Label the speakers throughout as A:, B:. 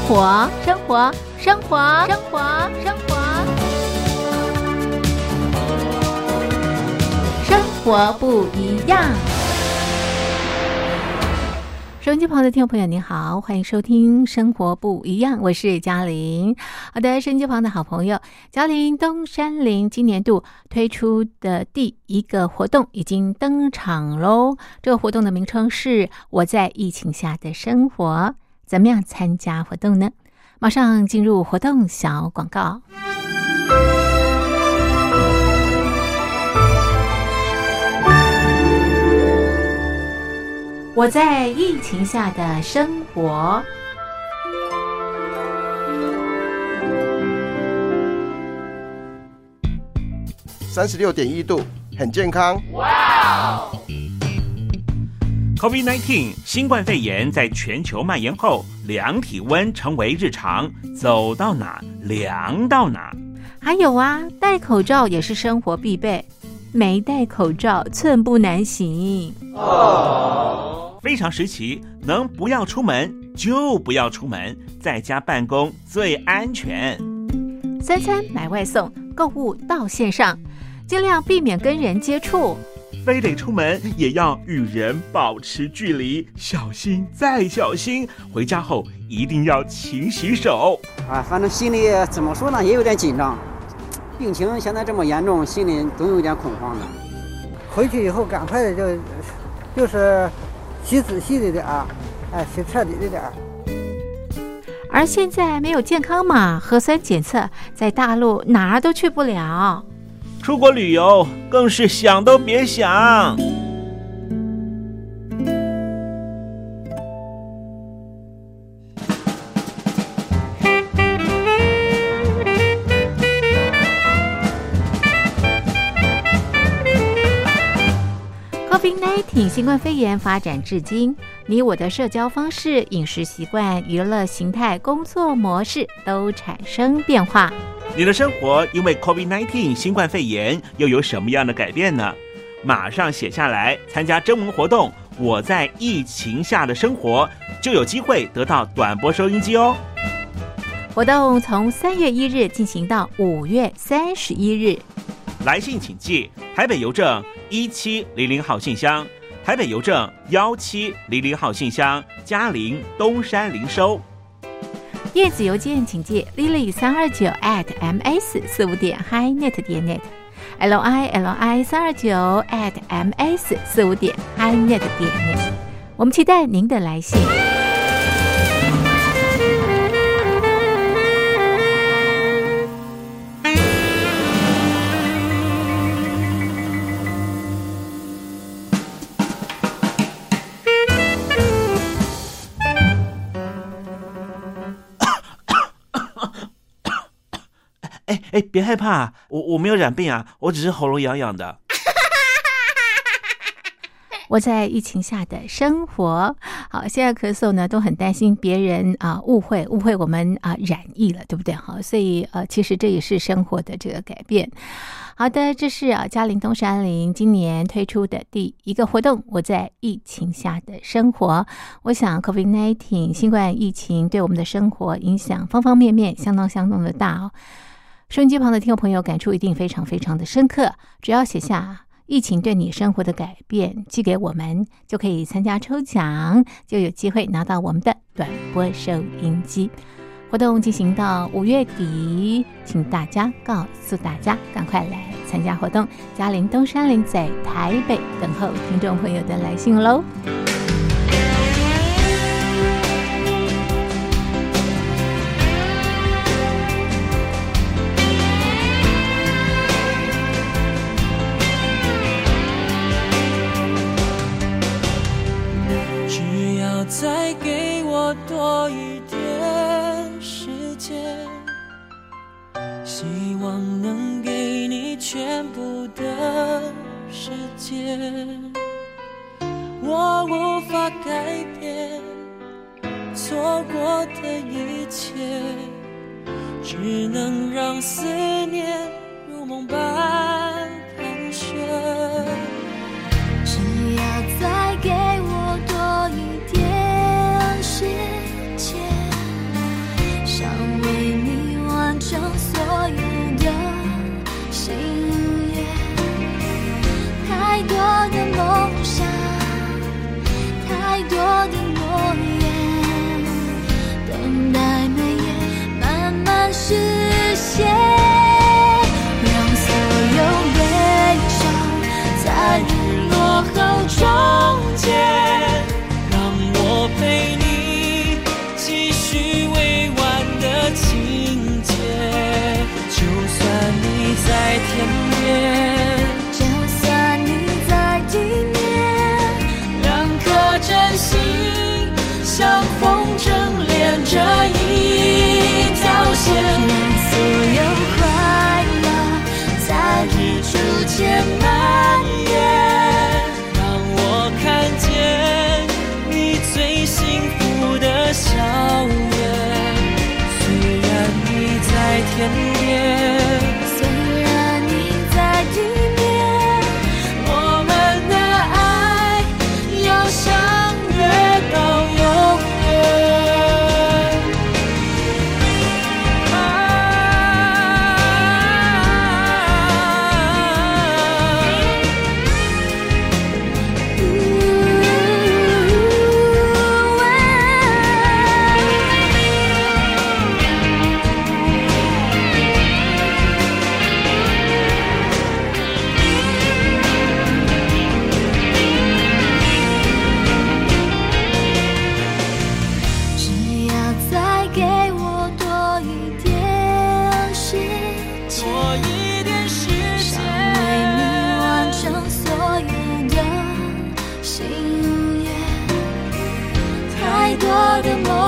A: 活，生活，生活，生活，生活，生活不一样。收音机旁的听众朋友您好，欢迎收听生活不一样，我是嘉玲。好的，收音机旁的好朋友，嘉玲东山林今年度推出的第一个活动已经登场喽。这个活动的名称是我在疫情下的生活。怎么样参加活动呢？马上进入活动小广告。我在疫情下的生活。
B: 36.1度，很健康。
C: 哇！COVID-19 新冠肺炎在全球蔓延后，量体温成为日常，走到哪量到哪。
A: 还有啊，戴口罩也是生活必备，没戴口罩寸步难行。
C: 非常时期，能不要出门就不要出门，在家办公最安全。
A: 三餐买外送，购物到线上，尽量避免跟人接触。
C: 非得出门也要与人保持距离，小心再小心。回家后一定要勤洗手。
D: 反正心里怎么说呢，也有点紧张。病情现在这么严重，心里总有点恐慌的。
E: 回去以后赶快就是洗仔细的点儿，洗彻底的点儿。
A: 而现在没有健康码、核酸检测，在大陆哪儿都去不了。
C: 出国旅游更是想都别想。
A: COVID-19 新冠肺炎发展至今，你我的社交方式、饮食习惯、娱乐形态、工作模式都产生变化。
C: 你的生活因为 COVID-19 新冠肺炎又有什么样的改变呢？马上写下来，参加征文活动，我在疫情下的生活，就有机会得到短波收音机哦。
A: 活动从3月1日进行到5月31日。
C: 来信请寄台北邮政1700号信箱，台北邮政1700号信箱，嘉陵东山林收。
A: 电子邮件请寄 lily329@ms45.highnet.net lili329@ms45.highnet.net。我们期待您的来信。
C: 别害怕，我没有染病啊，我只是喉咙痒痒的。
A: 我在疫情下的生活。好，现在咳嗽呢，都很担心别人误会我们染疫了，对不对？好，所以其实这也是生活的这个改变。好的，这是嘉陵东山林今年推出的第一个活动，我在疫情下的生活。我想 COVID-19 新冠疫情对我们的生活影响方方面面相当的大哦。收音机旁的听众朋友感触一定非常的深刻，只要写下疫情对你生活的改变寄给我们，就可以参加抽奖，就有机会拿到我们的短波收音机。活动进行到5月底，请大家告诉大家赶快来参加活动。嘉陵东山林在台北等候听众朋友的来信喽。
F: 再给我多一点时间，希望能给你全部的时间。我无法改变错过的一切，只能让思念如梦般盘旋。
G: 只要再给我多一点时间，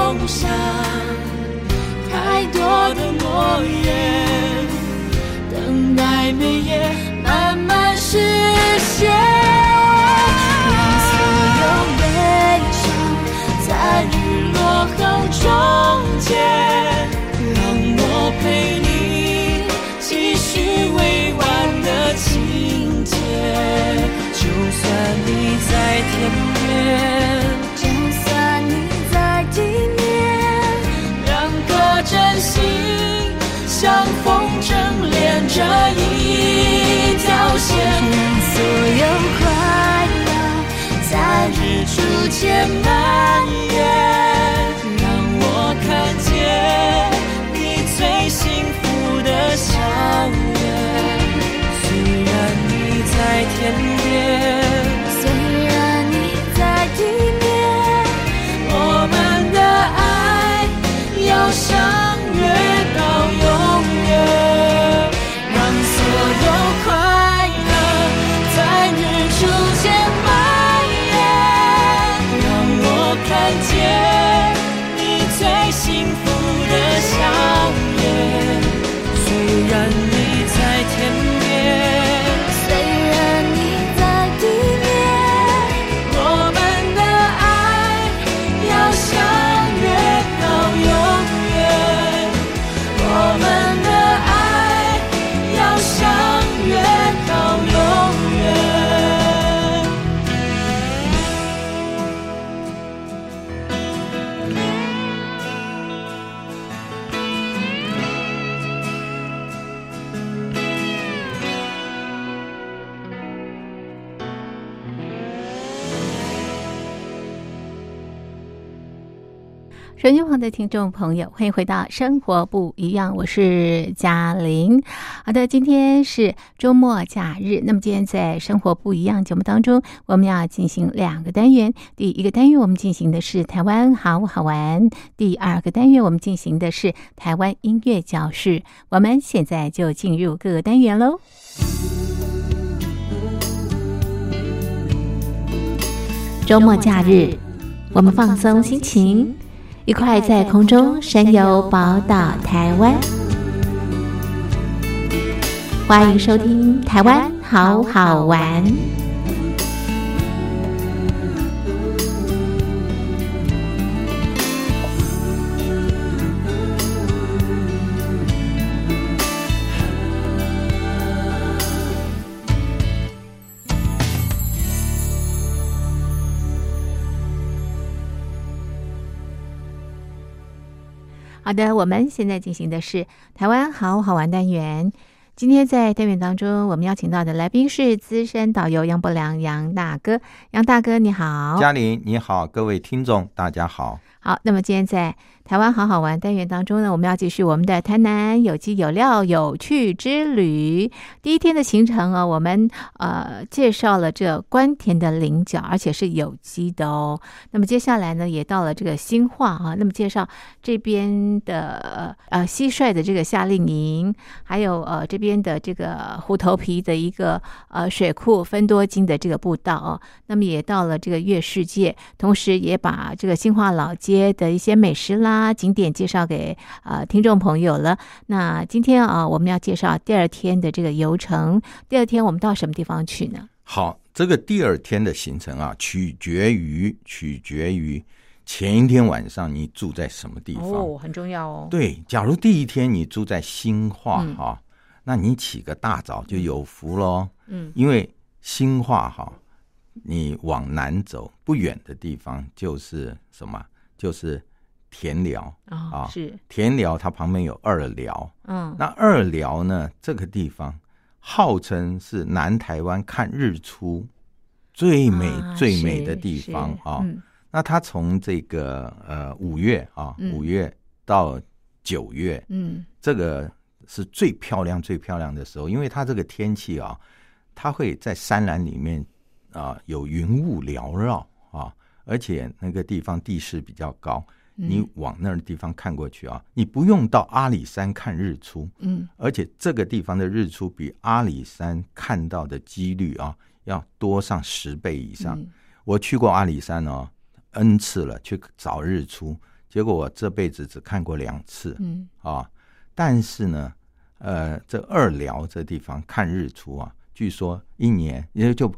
F: 梦想，太多的诺言，等待每夜慢慢实现。让所有悲伤在日落后终结，让我陪你继续未完的情节。就算你在天边，就算你在地面，两颗真心像风筝连着一条线。让所有快乐在日出前蔓延，让我看见你最幸福的笑脸。虽然你在天边，虽然你在地面，我们的爱要相约到永远。让所有快乐在日出前蔓延，让我看见你最幸福的笑脸。虽然你在天边，虽然你在地面，我们的爱要相约到永远。我们的爱要相约到永远。
A: 手机旁的听众朋友，欢迎回到生活不一样，我是嘉玲。好的，今天是周末假日，那么今天在生活不一样节目当中，我们要进行2个单元。第一个单元我们进行的是台湾好不好玩，第2个单元我们进行的是台湾音乐教室。我们现在就进入各个单元喽。周末假日，我们放松心情，一块在空中神游宝岛台湾。欢迎收听台湾好好玩。好的，我们现在进行的是台湾好好玩单元。今天在单元当中，我们邀请到的来宾是资深导游杨伯良杨大哥。杨大哥你好。
G: 嘉玲你好，各位听众大家好。
A: 好，那么今天在台湾好好玩单元当中呢，我们要继续我们的台南有机有料有趣之旅。第一天的行程我们介绍了这关田的菱角，而且是有机的哦。那么接下来呢，也到了这个新化那么介绍这边的蟋蟀的这个夏令营，还有这边的这个虎头皮的一个水库芬多金的这个步道那么也到了这个月世界，同时也把这个新化老街的一些美食啦景点介绍给听众朋友了。那今天我们要介绍第2天的这个游程。第2天我们到什么地方去呢？
G: 好，这个第2天的行程取决于前一天晚上你住在什么地方
A: 很重要哦。
G: 对，假如第1天你住在新化那你起个大早就有福咯。因为新化你往南走不远的地方就是什么？就是田寮是田寮，它旁边有二寮。那二寮呢，这个地方号称是南台湾看日出最美的地方那它从这个5月5月到9月这个是最漂亮的时候，因为它这个天气它会在山峦里面有云雾缭绕而且那个地方地势比较高，你往那儿的地方看过去你不用到阿里山看日出而且这个地方的日出比阿里山看到的几率要多上10倍以上。我去过阿里山N 次了，去找日出， 结果我这辈子只看过2次，但是呢，这二寮这地方看日出啊，据说一年也就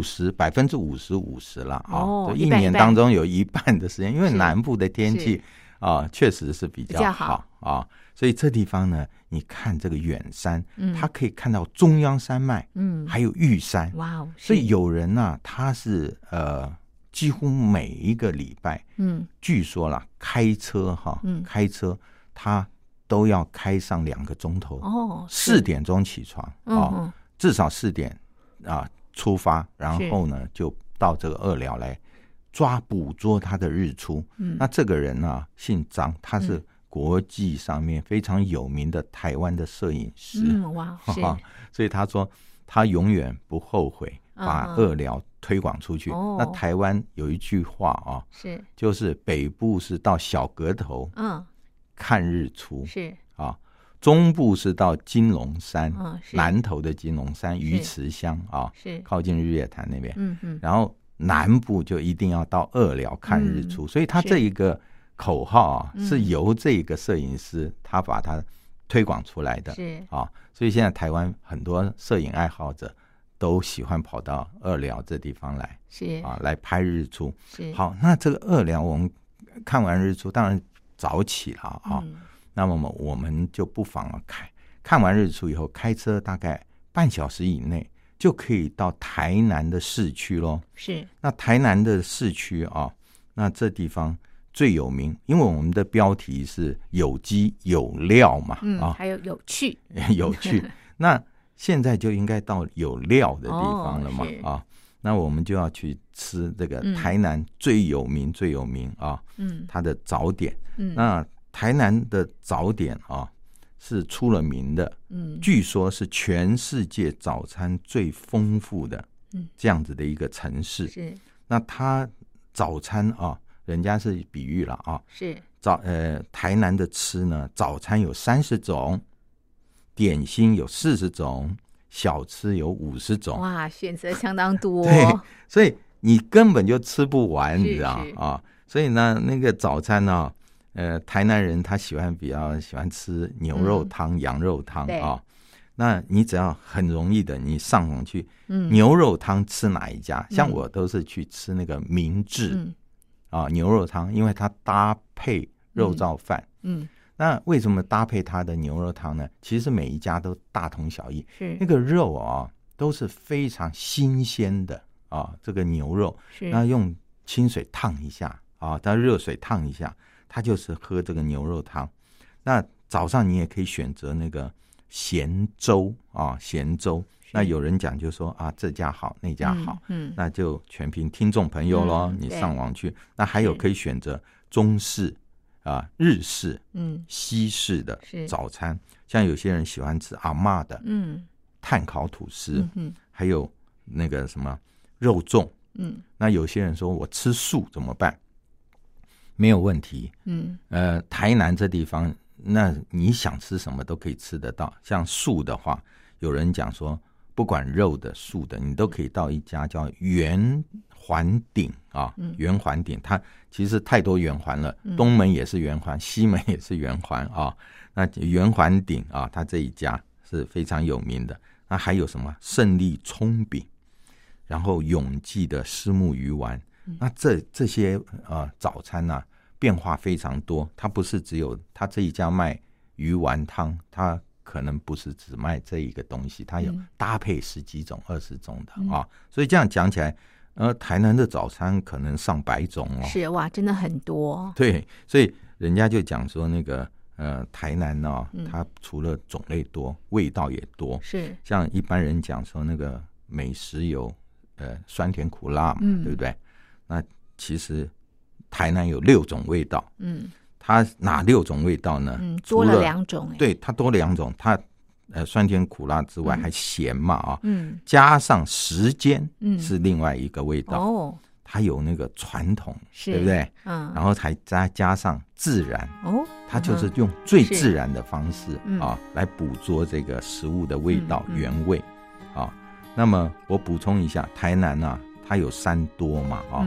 G: 50%了啊，一年当中有一半的时间，因为南部的天气确实是比较好啊，所以这地方呢，你看这个远山，它可以看到中央山脉，还有玉山，
A: 哇哦！
G: 所以有人啊，他是几乎每一个礼拜，据说啦，开车开车他都要开上2个钟头，4点钟起床至少4点出发，然后呢就到这个二寮来捕捉他的日出。那这个人呢，姓张，他是国际上面非常有名的台湾的摄影师。
A: 哇，
G: 所以他说他永远不后悔把二寮推广出去。那台湾有一句话就是北部是到小阁头看日出，是中部是到金龙山，南头的金龙山鱼池乡靠近日月潭那边，然后南部就一定要到二寮看日出，所以他这一个口号是由这个摄影师他把它推广出来的，所以现在台湾很多摄影爱好者都喜欢跑到二寮这地方来，来拍日出。好，那这个二寮我们看完日出当然早起了那么我们就不妨看完日出以后，开车大概半小时以内就可以到台南的市区咯。是，那台南的市区那这地方最有名，因为我们的标题是有机有料嘛，
A: 还有有趣
G: 有趣那现在就应该到有料的地方了嘛那我们就要去吃这个台南最有名它的早点。那台南的早点是出了名的，据说是全世界早餐最丰富的这样子的一个城市。是，那它早餐人家是比喻了是台南的吃呢，早餐有30种，点心有40种，小吃有50种。
A: 哇，选择相当多。
G: 对，所以你根本就吃不完，你知道所以呢，那个早餐呢，台南人他比较喜欢吃牛肉汤、羊肉汤那你只要很容易的，你上网去，牛肉汤吃哪一家？像我都是去吃那个明治牛肉汤，因为它搭配肉燥饭。那为什么搭配它的牛肉汤呢？其实每一家都大同小异，是那个肉都是非常新鲜的这个牛肉，那用清水烫一下它热水烫一下，它就是喝这个牛肉汤。那早上你也可以选择那个咸粥咸粥。那有人讲就说这家好那家好，那就全凭听众朋友咯，你上网去。那还有可以选择中式日式西式的早餐，像有些人喜欢吃阿嬷的炭烤吐司，还有那个什么肉粽。那有些人说我吃素怎么办？没有问题。台南这地方，那你想吃什么都可以吃得到。像素的话，有人讲说不管肉的素的，你都可以到一家叫圆环顶圆环顶，它其实太多圆环了，东门也是圆环，西门也是圆环那圆环顶它这一家是非常有名的。那还有什么胜利葱饼，然后永记的虱目鱼丸。那这些早餐变化非常多，它不是只有它这一家卖鱼丸汤，它可能不是只卖这一个东西，它有搭配10几种、20种的所以这样讲起来，台南的早餐可能上百种
A: 是哇，真的很多。
G: 对，所以人家就讲说那个台南它除了种类多，味道也多。是，像一般人讲说那个美食有酸甜苦辣嘛，对不对？那其实台南有6种味道。它哪6种味道呢？
A: 多了2种。
G: 对，它多了2种，它酸甜苦辣之外还咸嘛加上时间是另外一个味道。它有那个传统，对不对？然后才再加上自然。它就是用最自然的方式来捕捉这个食物的味道原味那么我补充一下，台南它有山多嘛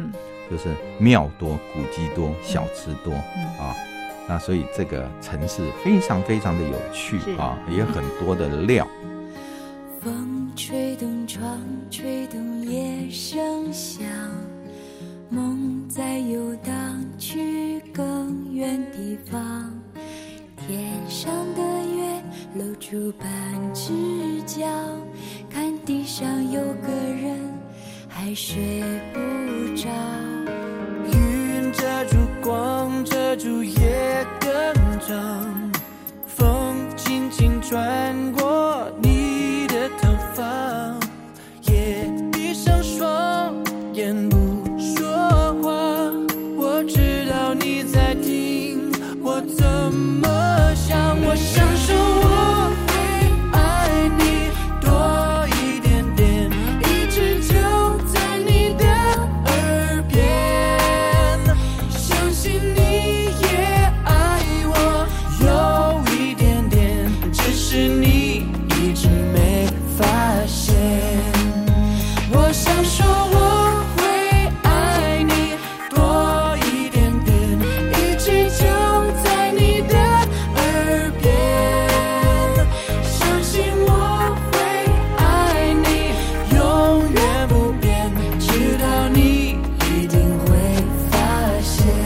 G: 就是庙多、古迹多、小吃多啊。那所以这个城市非常非常的有趣啊，也有很多的料。
F: 风吹动窗，吹动夜声响，梦在游荡去更远地方。天上的月露出半只脚，看地上有个人还睡不着。
H: 云遮住光，遮住夜更长，风轻轻穿过你的头发，也闭上双眼不说话。我知道你在听我怎么想，我想说我会爱你多一点点，一直就在你的耳边，相信你也爱我有一点点，只是你一直没发现。我想说我会爱你多一点点，一直就在你的耳边，相信我会爱你永远不变，直到你一定会发现。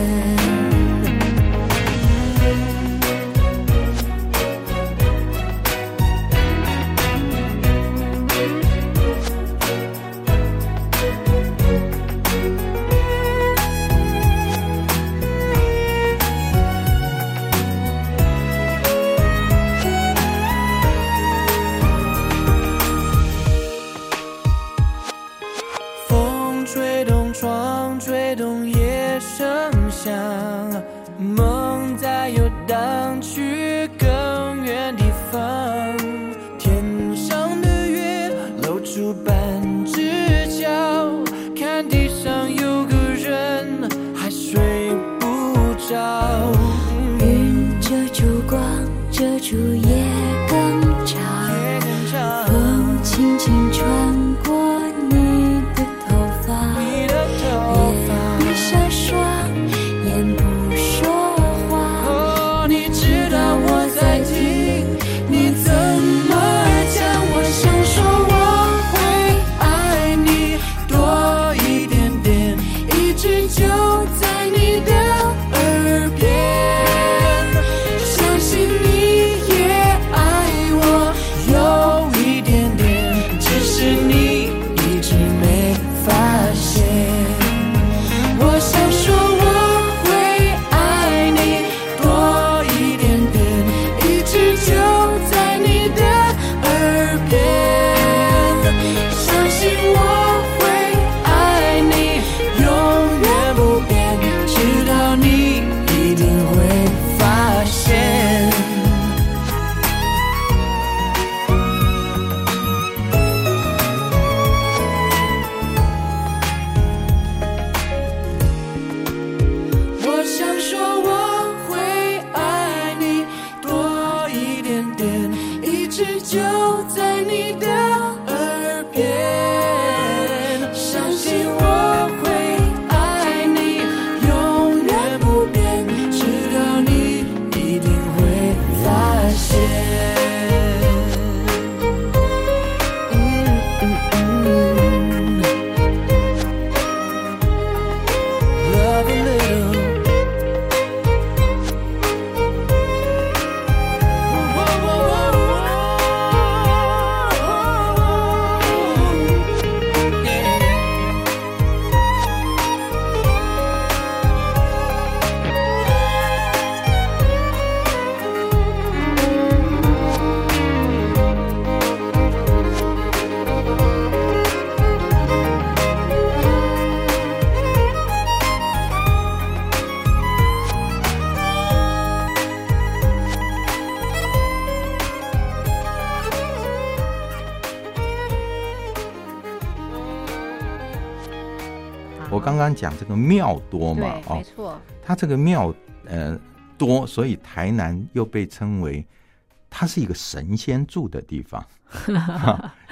H: 风吹动窗，吹动夜声响，梦在游荡去更远地方。天上的月露出半只脚，看地上有个人还睡不着。
F: 云遮住光，遮住夜更长，风轻轻穿过你的头发，也闭上双眼不说话。
H: 你知道我在听你怎么讲，我想说我会爱你多一点点，一直就在你的耳边，相信你也爱我有一点点，只是你一直没发现。我想说我会爱你多一点点，一直就在你的耳边，相信我会爱你永远不变，直到你一定会发现。我想说我会爱你多一点点，一直就在你的耳边，相信我会爱你永远不变，直到你一定会发现。Love a little. Yeah.
G: 我刚刚讲这个庙多嘛，
A: 对，没错，
G: 它这个庙多，所以台南又被称为它是一个神仙住的地方。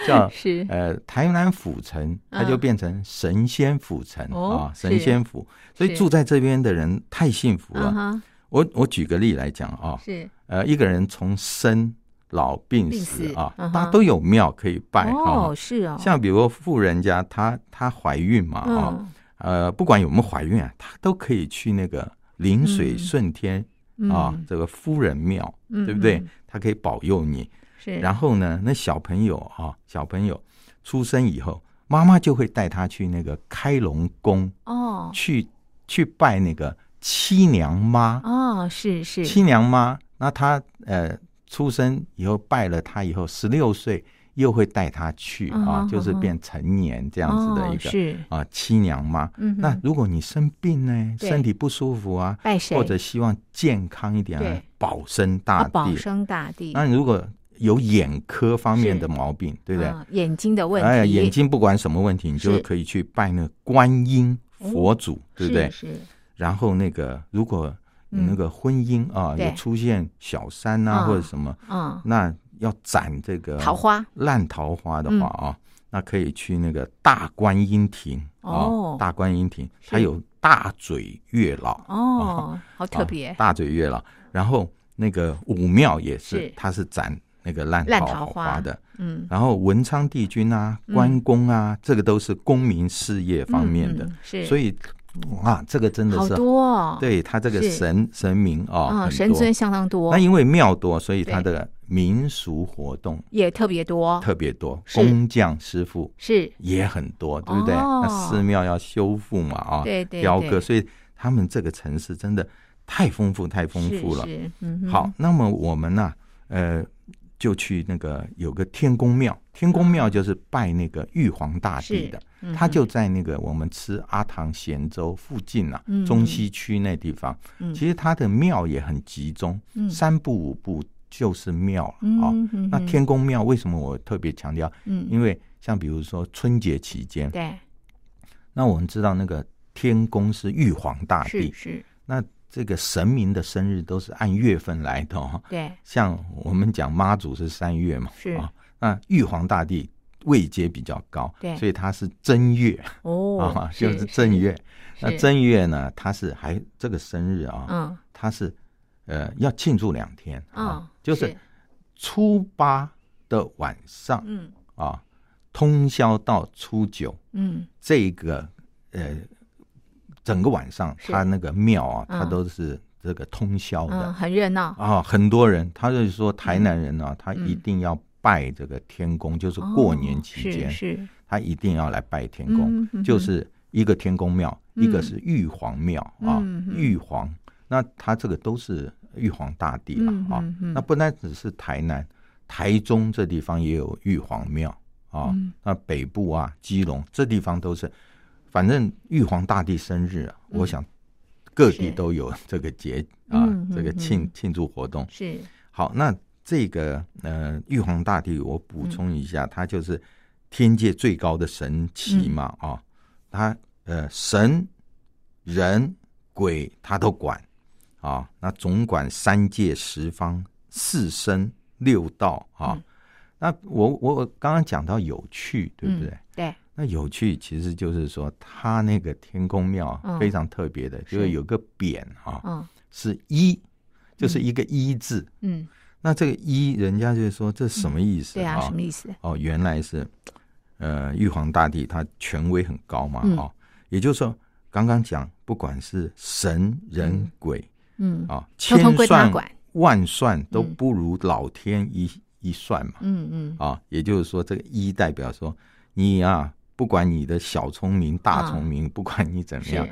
G: 叫
A: 是
G: 台南府城，它就变成神仙府城神仙府，所以住在这边的人太幸福了。我举个例来讲
A: 是
G: 一个人从生老病死他都有庙可以拜
A: 是
G: 像比如妇人家她怀孕嘛不管有没有怀孕她都可以去那个临水顺天这个夫人庙，对不对？她可以保佑你。是，然后呢，那小朋友出生以后，妈妈就会带他去那个开隆宫去拜那个七娘妈
A: 是
G: 七娘妈。那他出生以后拜了他以后，16岁又会带他去就是变成年这样子的一个七娘妈。那如果你生病呢，身体不舒服
A: 拜谁？
G: 或者希望健康一点保生大帝。
A: 保生大帝。
G: 那如果有眼科方面的毛病，对不对？
A: 眼睛的问题，
G: 眼睛不管什么问题，你就可以去拜那个观音佛祖，对不对？
A: 是。
G: 然后那个如果那个婚姻有出现小三或者什么，那要斩这个
A: 桃花
G: 烂桃花的话那可以去那个大观音亭大观音亭，它有大嘴月老
A: 好特别，
G: 大嘴月老。然后那个武庙也是，它是斩那个烂桃花的。然后文昌帝君关公这个都是公民事业方面的。所以这个真的是
A: 好多
G: 对，他这个神明
A: 神尊相当多。
G: 那因为庙多，所以他的民俗活动
A: 也特别多，
G: 工匠师傅
A: 是也
G: 很多，对不对？那寺庙要修复嘛
A: 对
G: 雕刻，所以他们这个城市真的太丰富了。好，那么我们就去那个有个天公庙，天公庙就是拜那个玉皇大帝的，他就在那个我们吃阿唐咸粥附近中西区那地方。其实他的庙也很集中，3步5步就是庙了那天公庙为什么我特别强调？因为像比如说春节期间，
A: 对，
G: 那我们知道那个天公是玉皇大帝，
A: 是
G: 那这个神明的生日都是按月份来的
A: 对，
G: 像我们讲妈祖是3月嘛，
A: 是
G: 那玉皇大帝位阶比较高，
A: 对，
G: 所以他是正月就是正月。那正月呢，他是还这个生日他是要庆祝2天就是初8的晚上通宵到初9，这个整个晚上他那个庙他都是这个通宵的，
A: 很热闹
G: 很多人。他就是说台南人他一定要拜这个天公，就是过年期间他一定要来拜天公，就是一个天公庙，一个是玉皇庙玉皇，那他这个都是玉皇大帝了那不单只是台南，台中这地方也有玉皇庙那北部基隆这地方都是。反正玉皇大帝生日我想各地都有这个节这个庆祝活动。
A: 是
G: 好，那这个玉皇大帝我补充一下，他就是天界最高的神祇嘛他神人鬼他都管那总管3界10方4生6道那我刚刚讲到有趣，对不对？
A: 对。
G: 那有趣其实就是说他那个天公庙非常特别的，就是有个匾是一，就是一个一字那这个一人家就说这什么意思？
A: 对什么意思？
G: 原来是玉皇大帝他权威很高嘛也就是说刚刚讲不管是神人鬼千算万算都不如老天一算嘛也就是说这个一代表说你不管你的小聪明大聪明不管你怎么样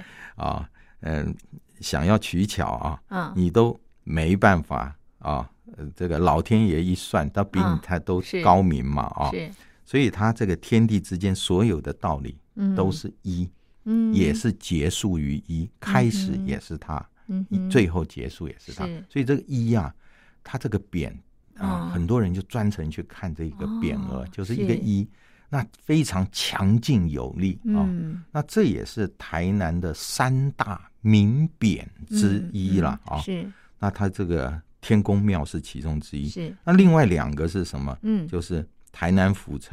G: 想要取巧你都没办法这个老天爷一算他比你他都高明嘛所以他这个天地之间所有的道理都是一也是结束于一，开始也是他最后结束也是他，所以这个一他这个匾很多人就专程去看这个匾额就是一个一，那非常强劲有力那这也是台南的3大名匾之一啦
A: 是，
G: 那它这个天公庙是其中之一，
A: 是。
G: 那另外2个是什么？就是台南府城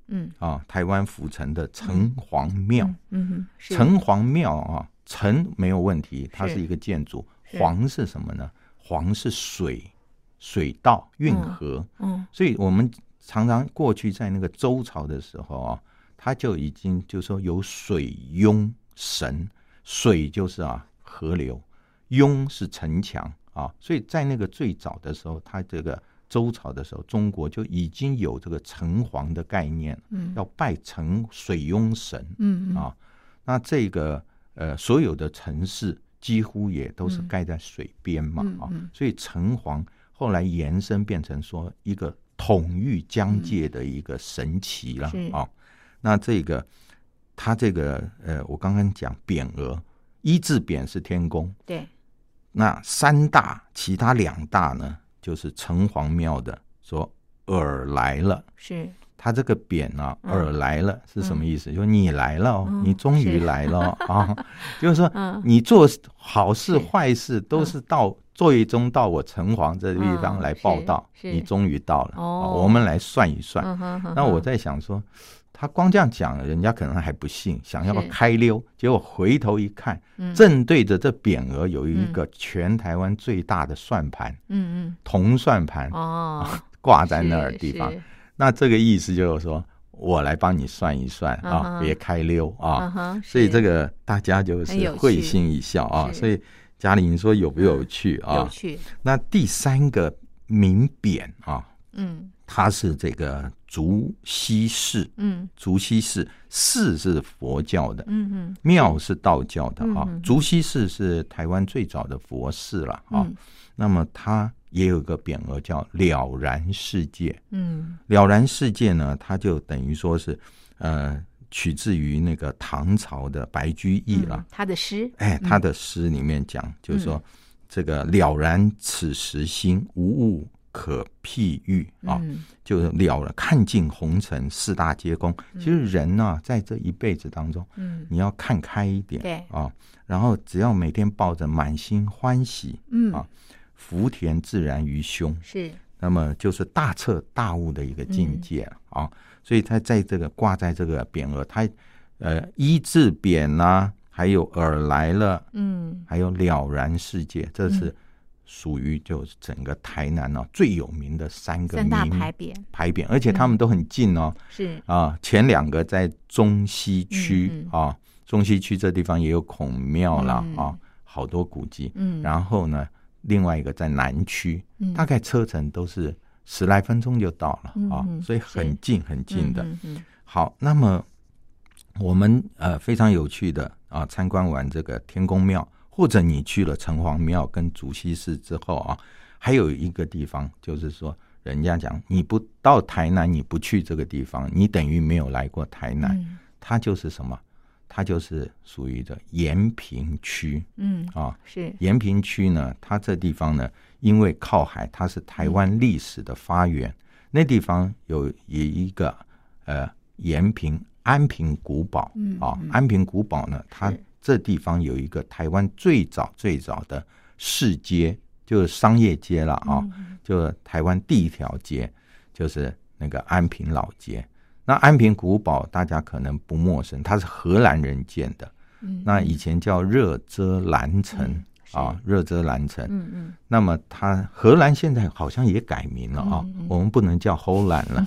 G: 台湾府城的城隍庙，
A: 城
G: 隍庙啊，城没有问题，它是一个建筑，隍是什么呢？隍是水道运河，所以我们常常过去在那个周朝的时候啊，它就已经就是说有水庸神，水就是河流，庸是城墙所以在那个最早的时候，它这个周朝的时候，中国就已经有这个城隍的概念，要拜水庸神，那这个所有的城市几乎也都是盖在水边嘛，所以城隍后来延伸变成说一个统御疆界的一个神祇了那这个他这个我刚刚讲匾额，一字匾是天宫，
A: 对，
G: 那三大其他两大呢，就是城隍庙的说尔来了，是他这个匾尔来了是什么意思？就是你来了你终于来了就是说你做好事坏事都是最终到我城隍这个地方来报道，你终于到了我们来算一算那我在想说，他光这样讲人家可能还不信，想要开溜，结果回头一看正对着这匾额有一个全台湾最大的算盘铜算盘挂在那儿的地方，那这个意思就是说我来帮你算一算别开溜所以这个大家就是会心一笑所以嘉玲说有不有趣
A: 有趣。
G: 那第三个名匾它是这个竹溪寺竹溪寺，寺是佛教的庙是道教的竹溪寺是台湾最早的佛寺了那么它也有一个匾额叫了然世界了然世界呢，它就等于说是取自于那个唐朝的白居易了
A: 他的诗
G: 他的诗里面讲就是说这个了然此时心，无物可譬喻就是了了看尽红尘，四大皆空其实人在这一辈子当中你要看开一点
A: 对
G: 然后只要每天抱着满心欢喜福田自然于胸，是那么就是大彻大悟的一个境界所以他在这个挂在这个匾额，他一字匾还有尔来了还有了然世界，这是属于就是整个台南最有名的三大牌匾而且他们都很近是前两个在中西区中西区这地方也有孔庙啦好多古迹然后呢另外一个在南区大概车程都是10来分钟就到了所以很近很近的好，那么我们非常有趣的参观完这个天公庙，或者你去了城隍庙跟竹溪寺之后还有一个地方就是说人家讲你不到台南你不去这个地方，你等于没有来过台南它就是什么？它就是属于的延平区是延平区呢，它这地方呢因为靠海，它是台湾历史的发源那地方有一个延平安平古堡安平古堡呢它这地方有一个台湾最早的市街，就是商业街了就台湾第一条街就是那个安平老街。那安平古堡大家可能不陌生，它是荷兰人建的那以前叫热遮兰城热遮兰城那么它荷兰现在好像也改名了我们不能叫 Holland 了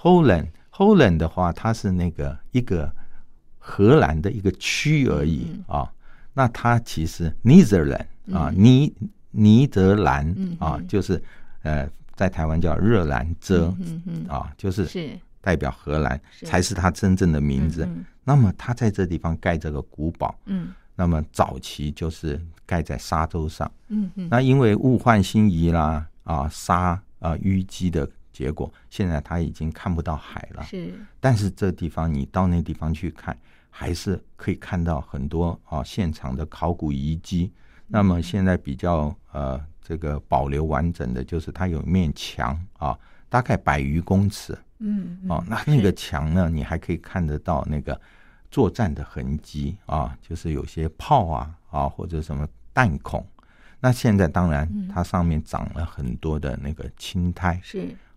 G: Holland 的话它是那个一个荷兰的一个区而已那它其实 Netherland 尼德兰就是在台湾叫热兰遮就是代表荷兰才是它真正的名字那么它在这地方盖这个古堡那么早期就是盖在沙洲上那因为物换星移啦沙淤积的结果，现在它已经看不到海了但是这地方你到那地方去看还是可以看到很多现场的考古遗迹那么现在比较这个保留完整的就是它有一面墙大概100余公尺那个墙呢你还可以看得到那个作战的痕迹就是有些炮或者什么弹孔那现在当然它上面长了很多的那个青苔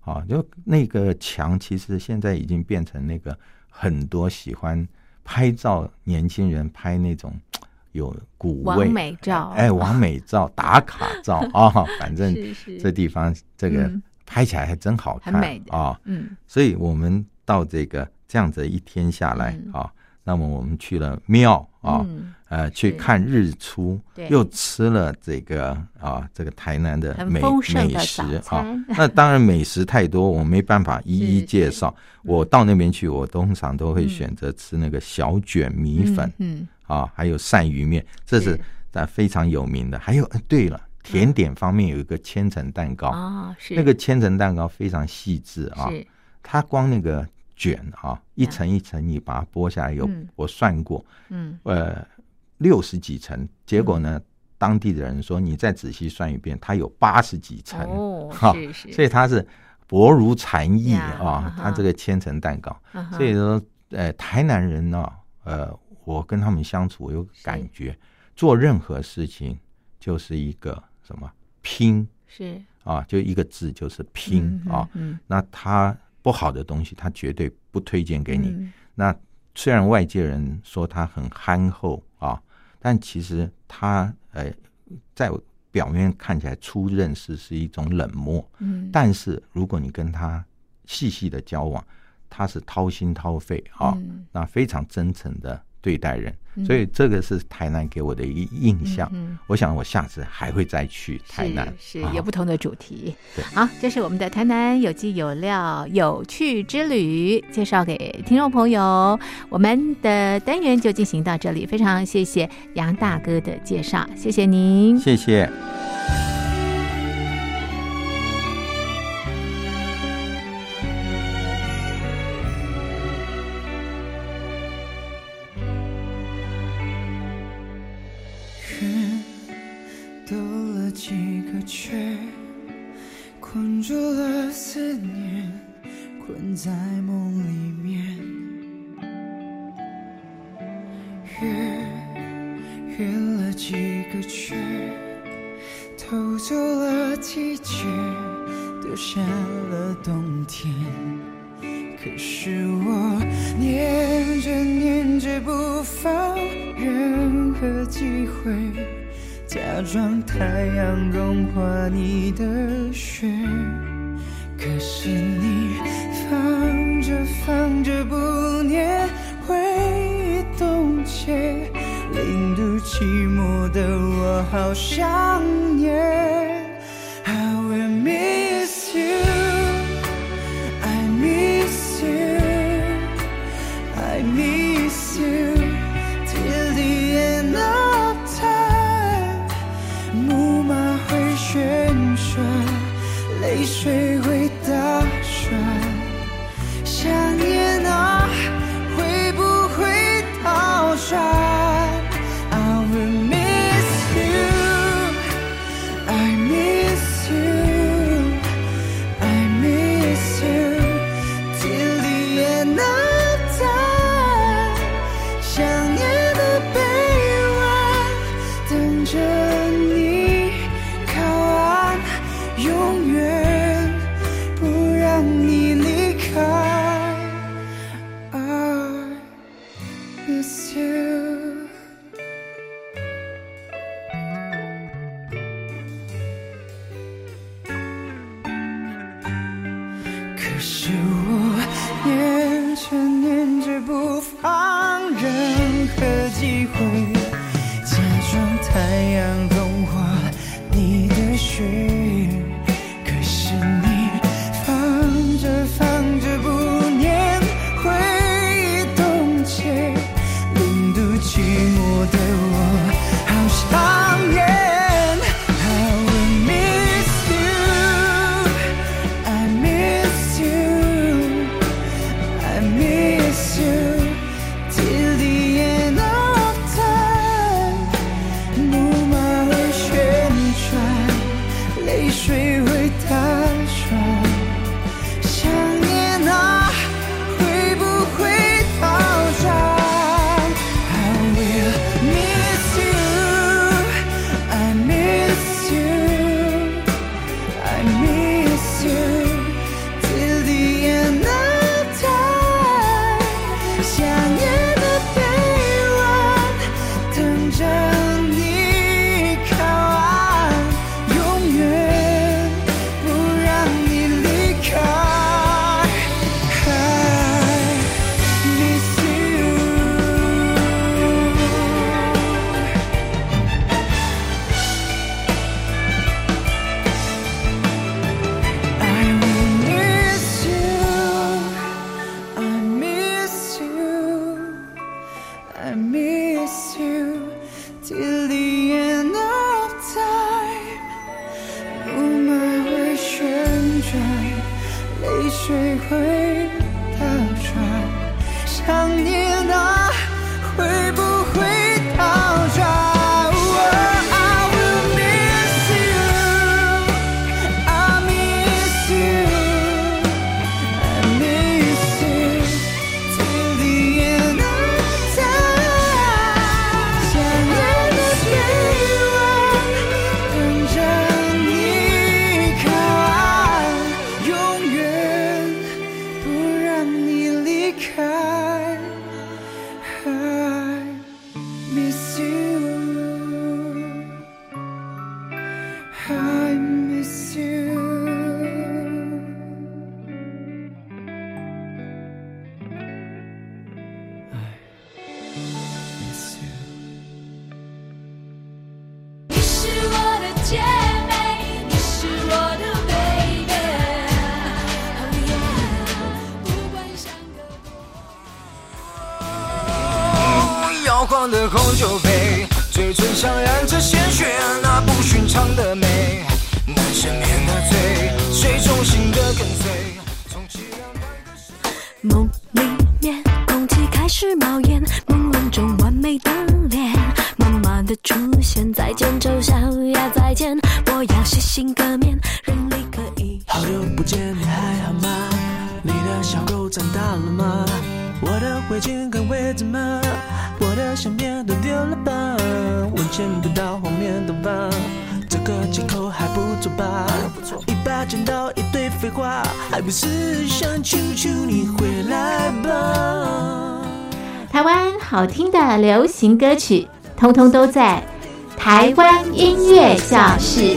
G: 就那个墙其实现在已经变成那个很多喜欢拍照年轻人拍那种有古味
A: 完美照，
G: 完美照打卡照反正这地方这个拍起来还真好看，
A: 很美的
G: 所以我们到这样子一天下来那么我们去了庙去看日出，又吃了这个台南的美食那当然美食太多，我没办法一一介绍。我到那边去，我通常都会选择吃那个小卷米粉，还有鳝鱼面，这是非常有名的。还有对了，甜点方面有一个千层蛋糕那个千层蛋糕非常细致它光那个卷一层一层你把它剥下来，我算过60几层，结果呢当地的人说你再仔细算一遍，它有80几层所以它是薄如蝉翼它这个千层蛋糕所以说台南人我跟他们相处我有感觉，做任何事情就是一个什么拼就一个字就是拼那他不好的东西他绝对不推荐给你那虽然外界人说他很憨厚但其实他在表面看起来初认识是一种冷漠但是如果你跟他细细的交往，他是掏心掏肺那非常真诚的对待人所以这个是台南给我的一个印象我想我下次还会再去台南
A: 是有不同的主题好，这是我们的台南有机有料有趣之旅介绍给听众朋友，我们的单元就进行到这里，非常谢谢杨大哥的介绍，谢谢您，
G: 谢谢。
H: 几个圈困住了思念，困在梦里面，圆了几个圈，偷走了季节，丢下了冬天。可是我念着念着不放任何机会，假装太阳融化你的雪，可是你放着放着不念，回忆冻结，零度寂寞的我好想念。 I will miss you, I miss you, I miss you till the end of time。 木马会旋转，泪水会打转，想念啊会不会倒转？ I will miss you, I miss you, I miss you till the end of time。 想念的臂弯等着你靠岸，永远不让你离开。 I miss you。 可是我念着念着不放任何机会，假装太阳融化你的雪，可是你放着放着不念，回忆冻结，零度寂寞的我好想念。 I will miss you, I miss you, I miss you till the end of time。 木马会旋转，泪 I miss you till the end of time。路马会旋转，泪水会倒转，想念啊，会不会倒转？
I: 摇晃的红酒杯，嘴唇上染着鲜血，那不寻常的美，难赦免的罪，水中心的跟随，从凄凉的
J: 梦里面空气开始冒烟，朦胧中完美的脸，妈妈的出现，再见丑小鸭再见，我要洗心革面，人力可以。
F: 好久不见，你还好吗？你的小狗长大了吗？我的围巾跟围子吗？我的相片都丢了吧？闻见不到后面的吧？这个借口还不错吧？一把剪刀一堆废话，还不是想求求你回来吧？
A: 台湾好听的流行歌曲，通通都在台湾音乐教室。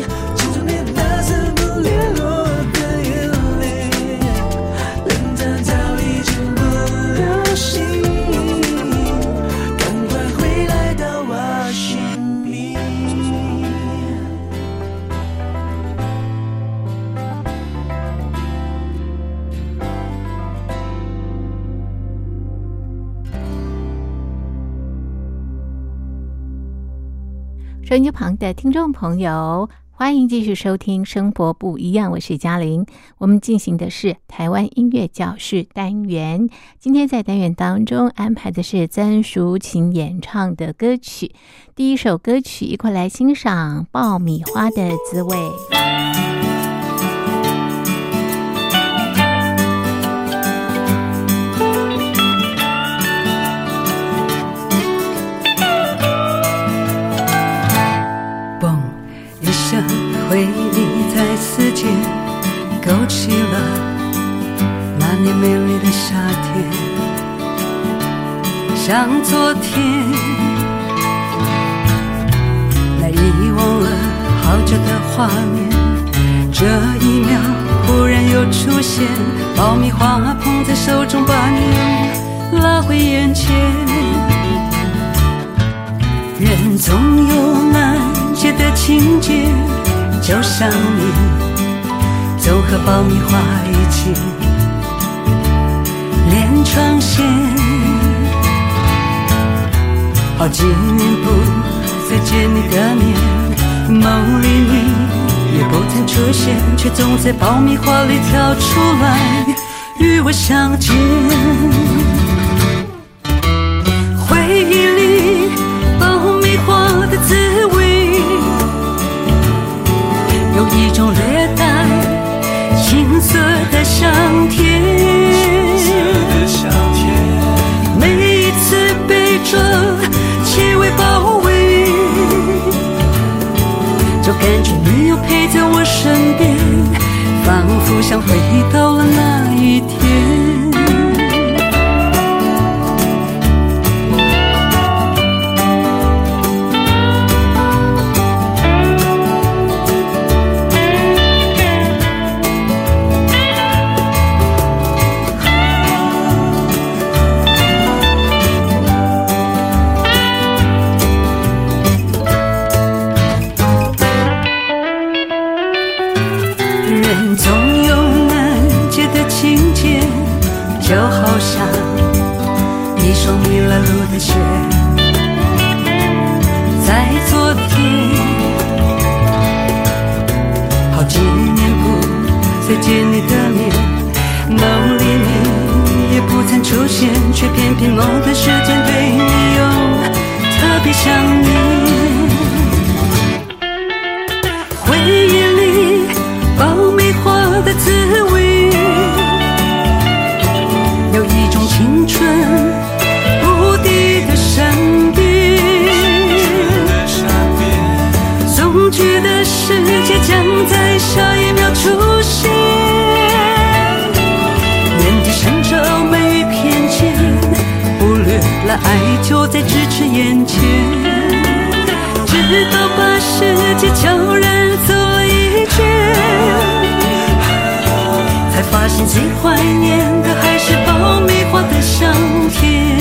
A: 收音机旁的听众朋友，欢迎继续收听《生活不一样》，我是嘉玲。我们进行的是台湾音乐教室单元，今天在单元当中安排的是曾淑琴演唱的歌曲。第一首歌曲，一块来欣赏《爆米花的滋味》。
K: 回忆在四界勾起了那年美丽的夏天，像昨天，那遗忘了好久的画面，这一秒忽然又出现，爆米花捧在手中，把你拉回眼前。人总有难解的情节，就像你总和爆米花一起连成线，好几年不再见你的面，梦里你也不曾出现，却总在爆米花里跳出来与我相见。回忆里爆米花的滋味，有一种略带青涩的香甜，每一次被这气味包围，就感觉你又陪在我身边，仿佛像回到了那一天。就好像一双迷了路的鞋， 任凭某段时间对你有特别想念。回忆里爆米花的滋味，有一种青春无敌的闪电，总觉得世界将在下一秒出现，眼底闪着美与偏见，忽略了爱就在咫尺眼前，直到把世界悄然走了一圈，才发现最怀念的还是爆米花的香甜，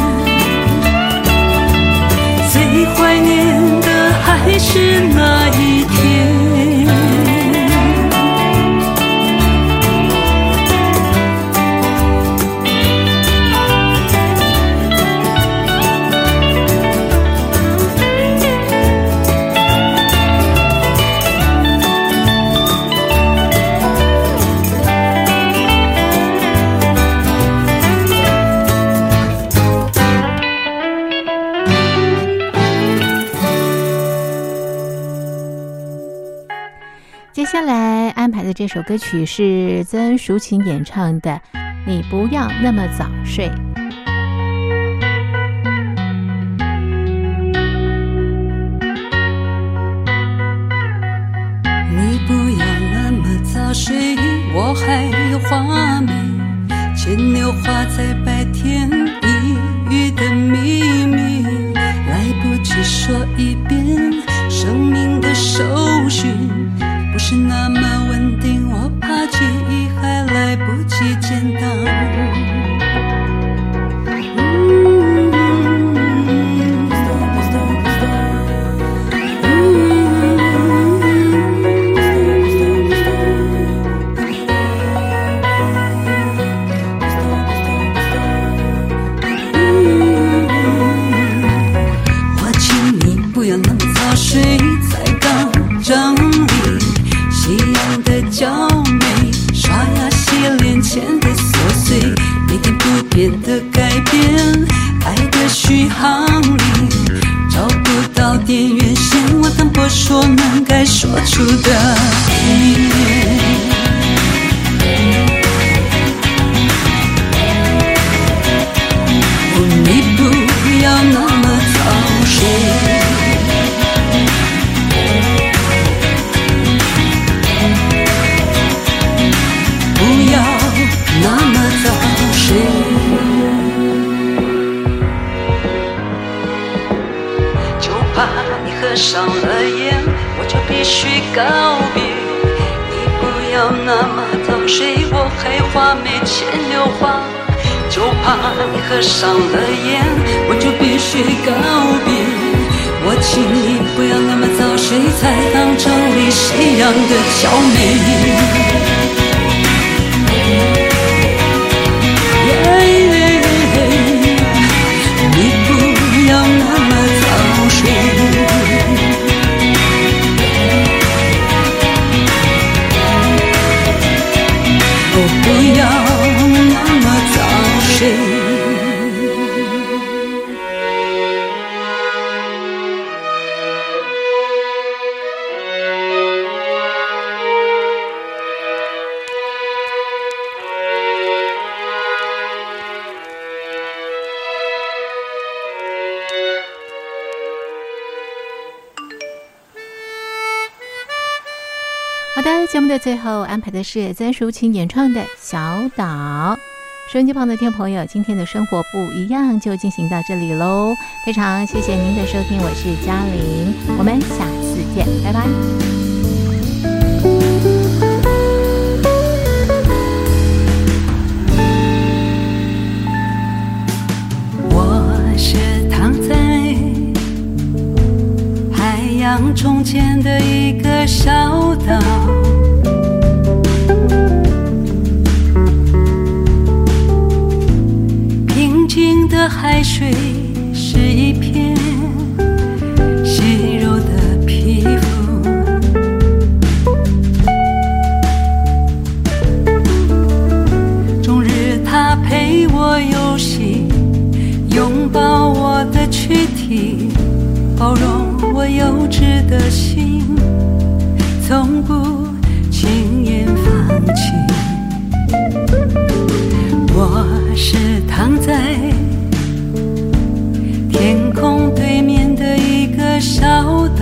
K: 最怀念的还是那一天。
A: 接下来安排的这首歌曲是曾淑琴演唱的《你不要那么早睡》。
K: 你不要那么早睡，我还有话没牵牛花在白天一语的秘密，来不及说一遍生命的搜寻，不是那么稳定，我怕记忆还来不及建档。我请你不要那么早睡，才刚整理夕阳的娇美，刷牙洗脸前的琐碎，每天不变的改变，爱的续航力找不到电源线，我当不说能该说出的语言。你不要那么早睡，不要那么早睡，就怕你喝上了烟，我就必须告别。你不要那么早睡，我还话没牵牛花，就怕你喝上了烟，我就必须告别。我请你不要那么早睡，才刚整理夕阳的娇美。你不要那么早睡，不要那么早睡。
A: 好的，节目的最后安排的是曾淑琴演唱的《小岛》。收音机旁的听众朋友，今天的生活不一样就进行到这里喽，非常谢谢您的收听，我是嘉玲，我们下次见，拜拜。
K: 我是躺在海洋中间的一个小岛，平静的海水是一片细柔的皮肤，终日它陪我游戏， 包容我幼稚的心，从不轻言放弃。我是躺在天空对面的一个小岛，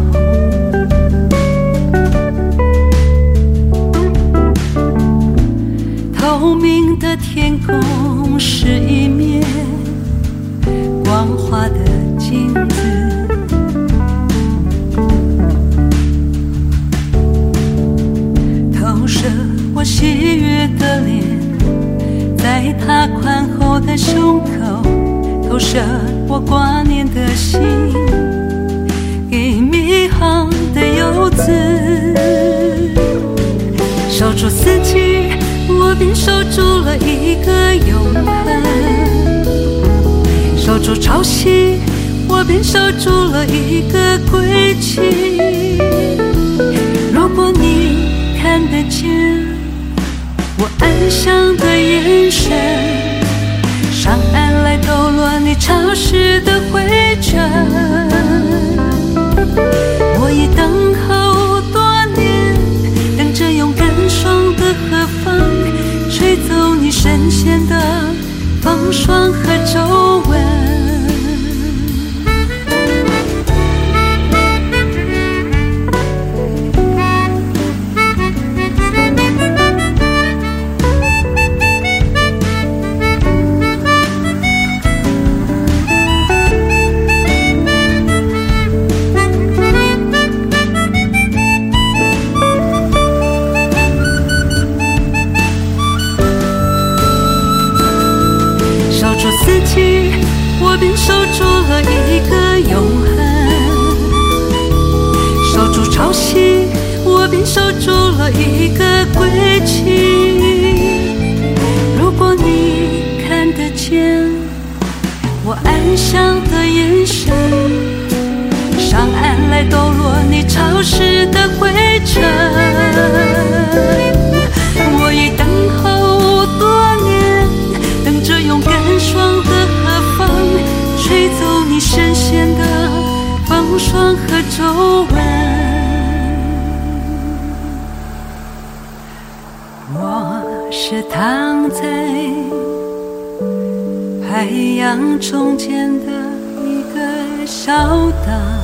K: 透明的天空是一面光滑的镜子，投射我喜悦的脸，在他宽厚的胸口，投射我挂念的心，给迷航的游子。守住四季，我便守住了一个永恒；守住潮汐，我便守住了一个归期。如果你看得见我安详的眼神，上岸来抖落你潮湿的灰尘。我已等候多年，等着用干爽的河风吹走你深陷的风霜和皱纹。我便守住了一个永恒，守住潮汐，我便守住了一个归期。如果你看得见我安详的眼神，上岸来抖落你潮湿的灰尘。我已等候多年，等着用干爽的河风吹走你深陷的风霜和皱纹。我是躺在海洋中间的一个小岛，